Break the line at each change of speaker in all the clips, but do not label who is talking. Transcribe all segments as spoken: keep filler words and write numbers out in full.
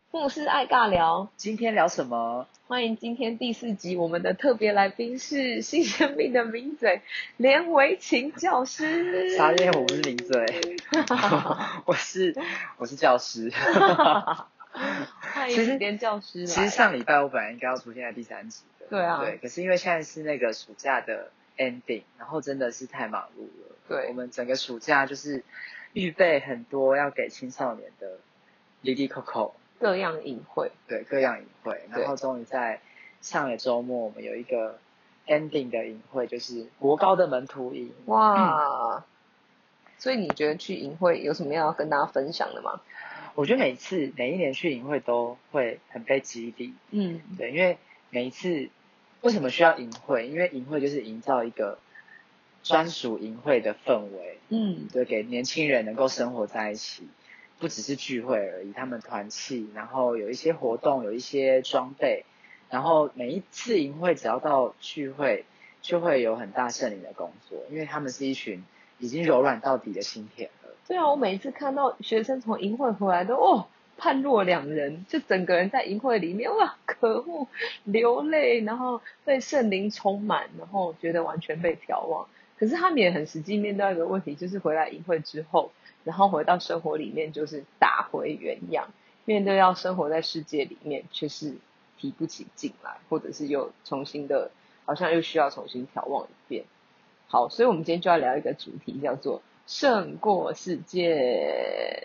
牧师爱尬聊，
今天聊什么？
欢迎今天第四集，我们的特别来宾是新生命的名嘴连维琴教师。
沙耶，我不是名嘴，我是我是教师。
欢
其实
迎连教师来。
其实上礼拜我本来应该要出现在第三集的，
对啊，
对，可是因为现在是那个暑假的 ending， 然后真的是太忙碌了。
对，
我们整个暑假就是预备很多要给青少年的哩哩扣扣。
各样隐晦，
对，各样隐晦，然后终于在上个周末，我们有一个 ending 的隐晦，就是国高的门徒营。
哇、嗯！所以你觉得去营会有什么要跟大家分享的吗？
我觉得每次每一年去营会都会很被激励。嗯，对，因为每一次为什么需要营会？因为营会就是营造一个专属营会的氛围。嗯，对，给年轻人能够生活在一起。不只是聚会而已，他们团契，然后有一些活动，有一些装备，然后每一次营会只要到聚会，就会有很大圣灵的工作，因为他们是一群已经柔软到底的心田了。
对啊，我每一次看到学生从营会回来都哦判若两人，就整个人在营会里面哇可恶流泪，然后被圣灵充满，然后觉得完全被调望。可是他们也很实际面对一个问题，就是回来营会之后。然后回到生活里面就是打回原样，面对要生活在世界里面却是提不起劲来，或者是又重新的好像又需要重新调望一遍。好，所以我们今天就要聊一个主题叫做胜过世界。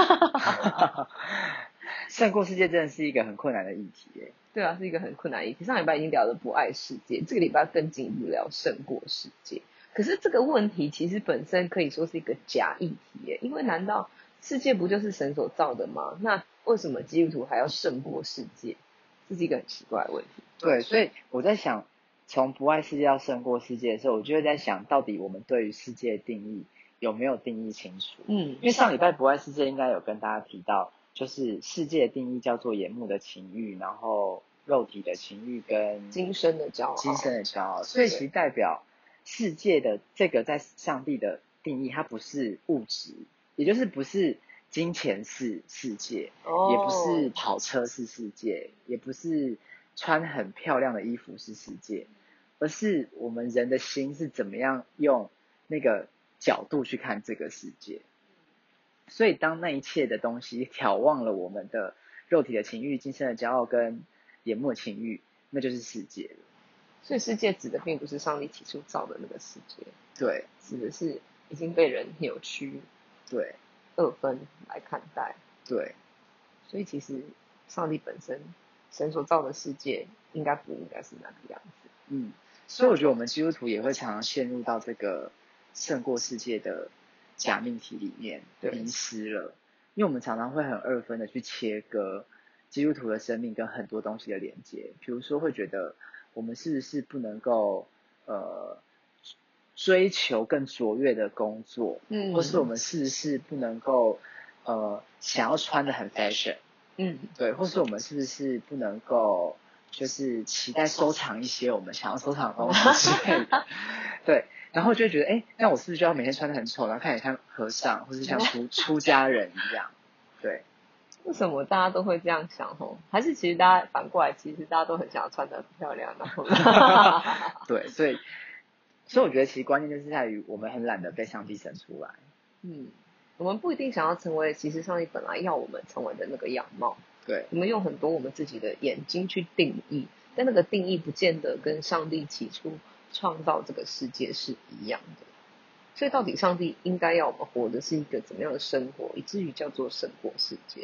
胜过世界真的是一个很困难的议题耶。
对啊，是一个很困难的议题。上礼拜已经聊了不爱世界，这个礼拜更进一步聊胜过世界。可是这个问题其实本身可以说是一个假议题耶，因为难道世界不就是神所造的吗？那为什么基督徒还要胜过世界？这是一个很奇怪的问题。
对，所以我在想，从不爱世界到胜过世界的时候，我就会在想到底我们对于世界的定义有没有定义清楚。嗯，因为上礼拜不爱世界应该有跟大家提到，就是世界的定义叫做眼目的情欲，然后肉体的情欲跟
今生的骄傲，
今生的骄傲，所以其实代表世界的这个在上帝的定义，它不是物质，也就是不是金钱是世界，哦，也不是跑车是世界，也不是穿很漂亮的衣服是世界，而是我们人的心是怎么样用那个角度去看这个世界。所以当那一切的东西挑望了我们的肉体的情欲、今生的骄傲跟眼目的情欲，那就是世界了。
所以世界指的并不是上帝起初造的那个世界，
对，
指的是已经被人扭曲，
对，
二分来看待，
对。
所以其实上帝本身，神所造的世界应该不应该是那个样子。
嗯，所以我觉得我们基督徒也会常常陷入到这个胜过世界的假命题里面迷失了，因为我们常常会很二分的去切割基督徒的生命跟很多东西的连接，比如说会觉得我们是不是不能够呃追求更卓越的工作，嗯，或是我们是不是不能够呃想要穿的很 fashion， 嗯，对，或是我们是不是不能够就是期待收藏一些我们想要收藏的东西之类的，对，然后就会觉得，哎，那我是不是就要每天穿得很丑，然后看起来像和尚，或是像出出家人一样？对。
为什么大家都会这样想吼？还是其实大家反过来，其实大家都很想要穿得很漂亮，然后
对，所以所以我觉得其实关键就是在于我们很懒得被上帝生出来。
嗯，我们不一定想要成为其实上帝本来要我们成为的那个样貌。
对，
我们用很多我们自己的眼睛去定义，但那个定义不见得跟上帝起初创造这个世界是一样的。所以到底上帝应该要我们活的是一个怎么样的生活，以至于叫做胜过世界？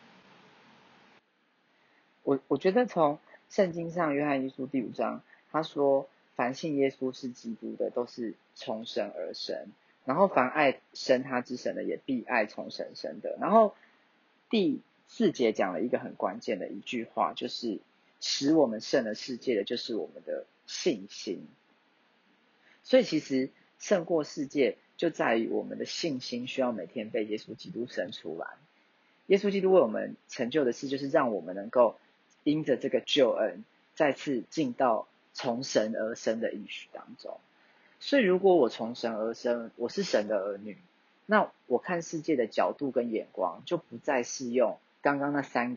我我觉得从圣经上约翰一书第五章，他说凡信耶稣是基督的，都是从神而生，然后凡爱生他之神的，也必爱从神生的。然后第四节讲了一个很关键的一句话，就是使我们胜了世界的，就是我们的信心。所以其实胜过世界就在于我们的信心需要每天被耶稣基督生出来。耶稣基督为我们成就的事，就是让我们能够因着这个救恩再次进到从神而生的应许当中。所以如果我从神而生，我是神的儿女，那我看世界的角度跟眼光就不再是用刚刚那三个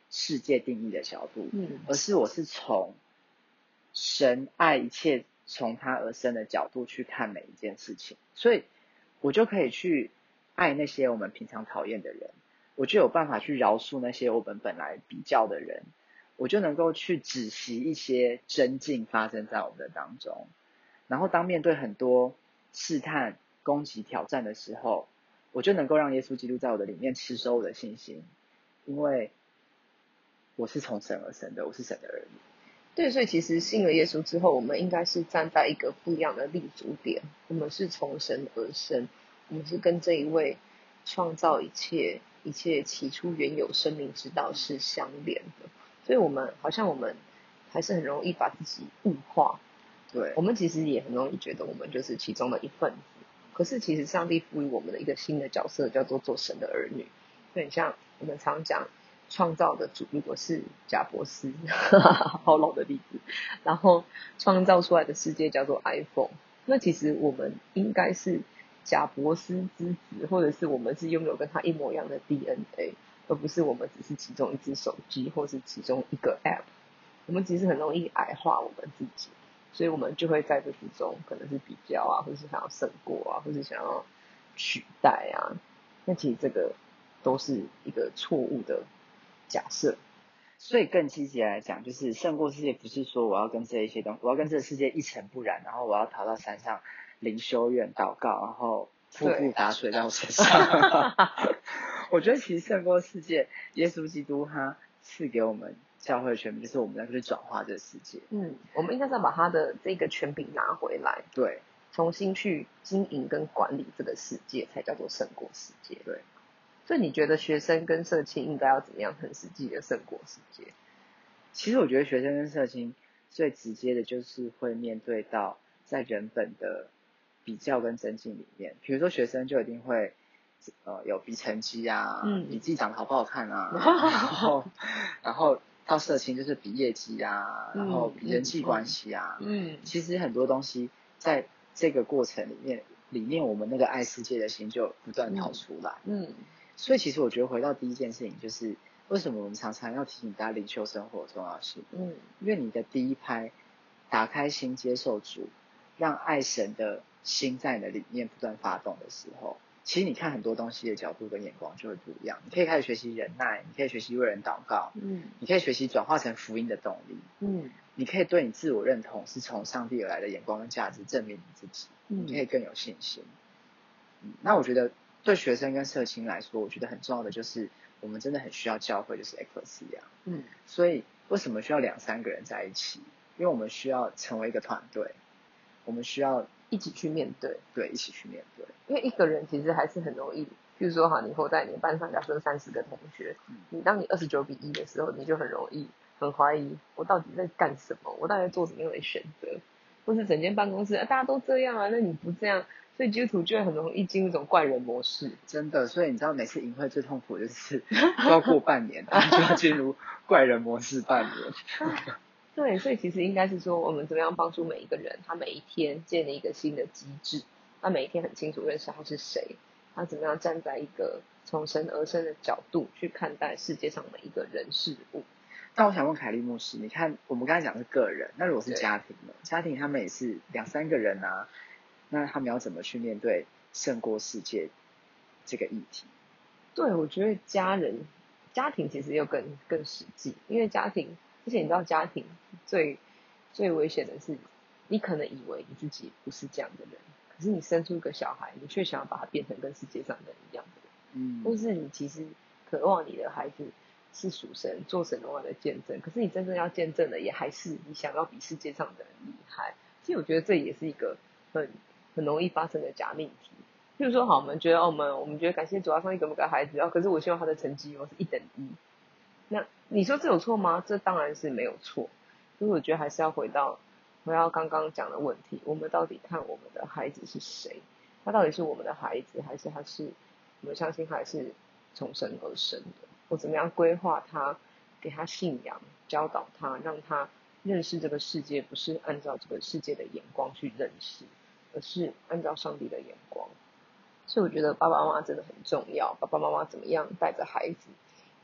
世界定义的角度，
嗯，
而是我是从神爱一切从他而生的角度去看每一件事情，所以我就可以去爱那些我们平常讨厌的人，我就有办法去饶恕那些我们本来比较的人，我就能够去止息一些真境发生在我们的当中。然后当面对很多试探、攻击、挑战的时候，我就能够让耶稣基督在我的里面持守我的信心，因为我是从神而生的，我是神的儿女。
对，所以其实信了耶稣之后，我们应该是站在一个不一样的立足点。我们是从神而生，我们是跟这一位创造一切、一切起初原有生命之道是相连的。所以我们好像我们还是很容易把自己物化，
对，
我们其实也很容易觉得我们就是其中的一份子。可是其实上帝赋予我们的一个新的角色，叫做做神的儿女。所以你像我们常讲，创造的主如果是贾伯斯，好老的例子，然后创造出来的世界叫做 iPhone， 那其实我们应该是贾伯斯之子，或者是我们是拥有跟他一模一样的 D N A， 而不是我们只是其中一只手机或是其中一个 App。 我们其实很容易矮化我们自己，所以我们就会在这之中可能是比较啊，或是想要胜过啊，或是想要取代啊，那其实这个都是一个错误的假设。
所以更积极来讲，就是胜过世界不是说我要跟这一些东西，我要跟这个世界一尘不染，然后我要逃到山上灵修院祷告，然后瀑布打水在我身上。我觉得其实胜过世界，耶稣基督他赐给我们教会的权柄，就是我们要去转化这个世界。
嗯，我们应该是要把他的这个权柄拿回来，
对，
重新去经营跟管理这个世界，才叫做胜过世界。
对。
所以你觉得学生跟社青应该要怎么样很实际的胜过世界？
其实我觉得学生跟社青最直接的就是会面对到在人本的比较跟增进里面，比如说学生就一定会呃有比成绩啊，
嗯，
比自己长得好不好看啊，然后然后到社青就是比业绩啊，然后比人际关系啊，
嗯，
其实很多东西在这个过程里面，里面我们那个爱世界的心就不断跑出来，
嗯。嗯，
所以其实我觉得回到第一件事情就是。为什么我们常常要提醒大家灵修生活的重要性？
嗯，
因为你的第一拍，打开心接受主，让爱神的心在你的里面不断发动的时候，其实你看很多东西的角度跟眼光就会不一样。你可以开始学习忍耐，你可以学习为人祷告，
嗯，
你可以学习转化成福音的动力，
嗯，
你可以对你自我认同是从上帝而来的眼光跟价值证明你自己，
嗯，
你可以更有信心。嗯，那我觉得对学生跟社青来说，我觉得很重要的就是。我们真的很需要教会，就是 ecclesia。
嗯，
所以为什么需要两三个人在一起？因为我们需要成为一个团队，我们需要
一起去面对，
对，一起去面对。
因为一个人其实还是很容易，譬如说哈，你以后在你班上假设三十个同学，
嗯、
你当你二十九比一的时候，你就很容易很怀疑我到底在干什么，我到底在做什么样的选择，或是整间办公室、啊、大家都这样啊，那你不这样。所以基督徒就会很容易进入一种怪人模式，
真的。所以你知道，每次营会最痛苦的就是都要过半年，他就要进入怪人模式半年。
对，所以其实应该是说，我们怎么样帮助每一个人，他每一天建立一个新的机制，他每一天很清楚认识他是谁，他怎么样站在一个从神而生的角度去看待世界上每一个人事物。
那我想问凯利牧师，你看我们刚才讲的是个人，那如果是家庭呢？家庭他们也是两三个人啊。那他们要怎么去面对胜过世界这个议题？
对，我觉得家人、家庭其实又更更实际，因为家庭，而且你知道家庭最最危险的是，你可能以为你自己不是这样的人，可是你生出一个小孩，你却想要把他变成跟世界上的人一样的人，
嗯，
或是你其实渴望你的孩子是属神、做神荣耀的见证，可是你真正要见证的也还是你想要比世界上的人厉害。其实我觉得这也是一个很很容易发生的假命题。譬如说，好，我们觉得，哦、我们我们觉得感谢主要上帝给我们个孩子，哦，可是我希望他的成绩哦是一等一。那你说这有错吗？这当然是没有错。所以我觉得还是要回到回到刚刚讲的问题，我们到底看我们的孩子是谁？他到底是我们的孩子，还是他是我们相信他是从神而生的？我怎么样规划他，给他信仰，教导他，让他认识这个世界，不是按照这个世界的眼光去认识，而是按照上帝的眼光。所以我觉得爸爸妈妈真的很重要，爸爸妈妈怎么样带着孩子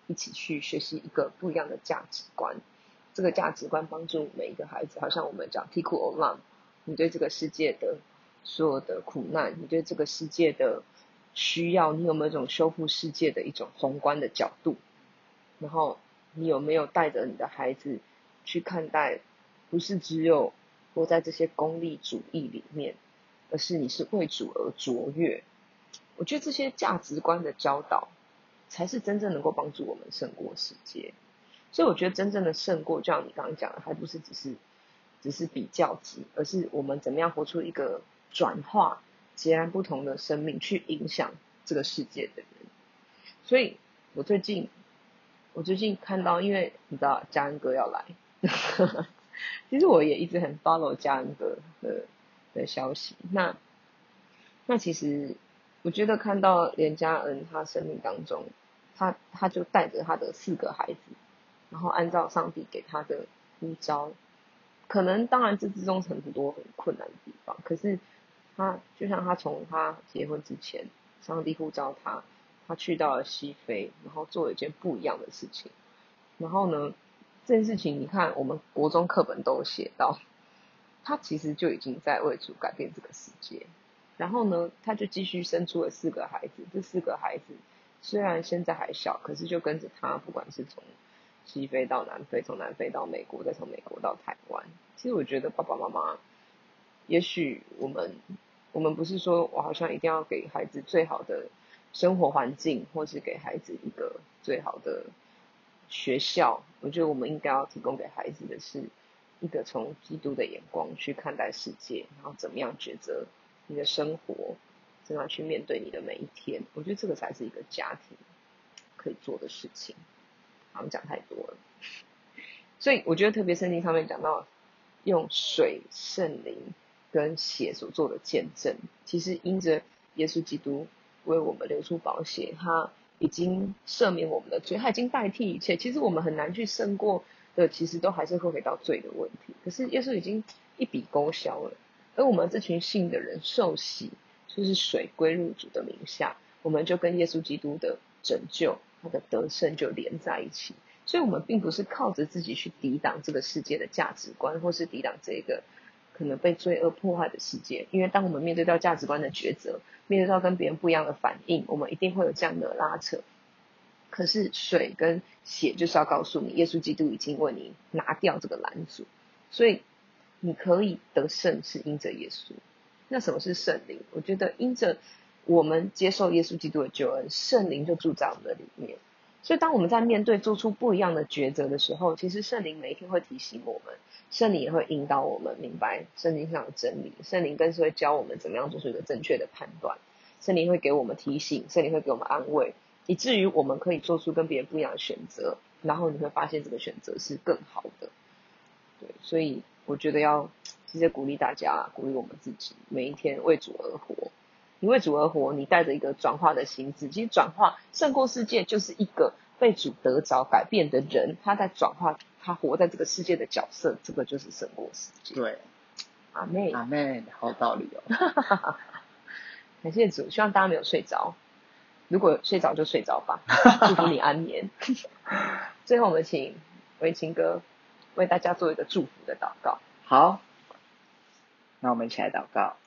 一起去学习一个不一样的价值观。这个价值观帮助每一个孩子，好像我们讲 Tiku Olam， 你对这个世界的所有的苦难，你对这个世界的需要，你有没有一种修复世界的一种宏观的角度？然后你有没有带着你的孩子去看待，不是只有活在这些功利主义里面，而是你是为主而卓越。我觉得这些价值观的教导才是真正能够帮助我们胜过世界。所以我觉得真正的胜过，就像你刚刚讲的，还不是只是只是比较级，而是我们怎么样活出一个转化截然不同的生命，去影响这个世界的人。所以我最近我最近看到，因为你知道嘉恩哥要来其实我也一直很 follow 嘉恩哥的的消息。那那其实我觉得看到连嘉恩他生命当中，他他就带着他的四个孩子，然后按照上帝给他的呼召，可能当然这之中很多很困难的地方，可是他就像他从他结婚之前，上帝呼召他，他去到了西非，然后做了一件不一样的事情。然后呢，这件事情你看我们国中课本都有写到，他其实就已经在为主改变这个世界。然后呢，他就继续生出了四个孩子，这四个孩子虽然现在还小，可是就跟着他，不管是从西非到南非，从南非到美国，再从美国到台湾。其实我觉得爸爸妈妈，也许我们我们不是说我好像一定要给孩子最好的生活环境，或是给孩子一个最好的学校，我觉得我们应该要提供给孩子的是一个从基督的眼光去看待世界，然后怎么样抉择你的生活，怎么样去面对你的每一天。我觉得这个才是一个家庭可以做的事情。好像讲太多了，所以我觉得特别圣经上面讲到用水、圣灵跟血所做的见证，其实因着耶稣基督为我们流出宝血，他已经赦免我们的罪，他已经代替一切。其实我们很难去胜过的，其实都还是会回到罪的问题。可是耶稣已经一笔勾销了，而我们这群信的人受洗，就是水归入主的名下，我们就跟耶稣基督的拯救，他的得胜就连在一起。所以我们并不是靠着自己去抵挡这个世界的价值观，或是抵挡这个可能被罪恶破坏的世界。因为当我们面对到价值观的抉择，面对到跟别人不一样的反应，我们一定会有这样的拉扯。可是水跟血就是要告诉你，耶稣基督已经为你拿掉这个拦阻，所以你可以得胜是因着耶稣。那什么是圣灵？我觉得因着我们接受耶稣基督的救恩，圣灵就住在我们的里面。所以当我们在面对做出不一样的抉择的时候，其实圣灵每一天会提醒我们，圣灵也会引导我们明白圣经上的真理，圣灵更是会教我们怎么样做出一个正确的判断，圣灵会给我们提醒，圣灵会给我们安慰，以至于我们可以做出跟别人不一样的选择，然后你会发现这个选择是更好的。对，所以我觉得要直接鼓励大家，鼓励我们自己，每一天为主而活。你为主而活，你带着一个转化的心智，其实转化胜过世界就是一个被主得着改变的人，他在转化他活在这个世界的角色，这个就是胜过世界。
对，
阿妹，
阿妹，好道理哦。
感谢主，希望大家没有睡着，如果睡着就睡着吧，祝福你安眠。最后我们请维琴哥为大家做一个祝福的祷告。
好，那我们一起来祷告。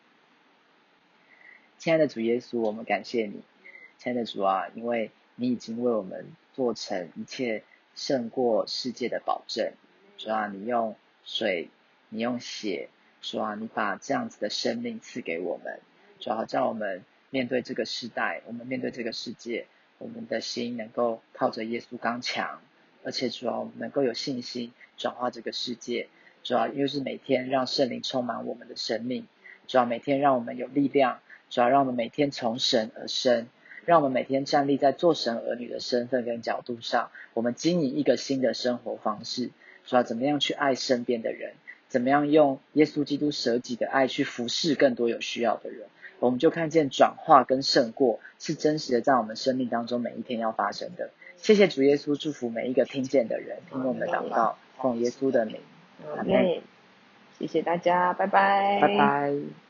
亲爱的主耶稣，我们感谢你，亲爱的主啊，因为你已经为我们做成一切胜过世界的保证。主啊，你用水，你用血，主啊，你把这样子的生命赐给我们。主啊，叫我们面对这个世代，我们面对这个世界，我们的心能够靠着耶稣刚强，而且主啊，我们能够有信心转化这个世界。主啊，又是每天让圣灵充满我们的生命。主啊，每天让我们有力量。主要让我们每天从神而生，让我们每天站立在做神儿女的身份跟角度上，我们经营一个新的生活方式。主要怎么样去爱身边的人，怎么样用耶稣基督舍己的爱去服侍更多有需要的人，我们就看见转化跟胜过是真实的在我们生命当中每一天要发生的。谢谢主耶稣，祝福每一个听见的人，听我们的祷告，奉耶稣的名，阿们。
谢谢大家，拜拜，
拜拜。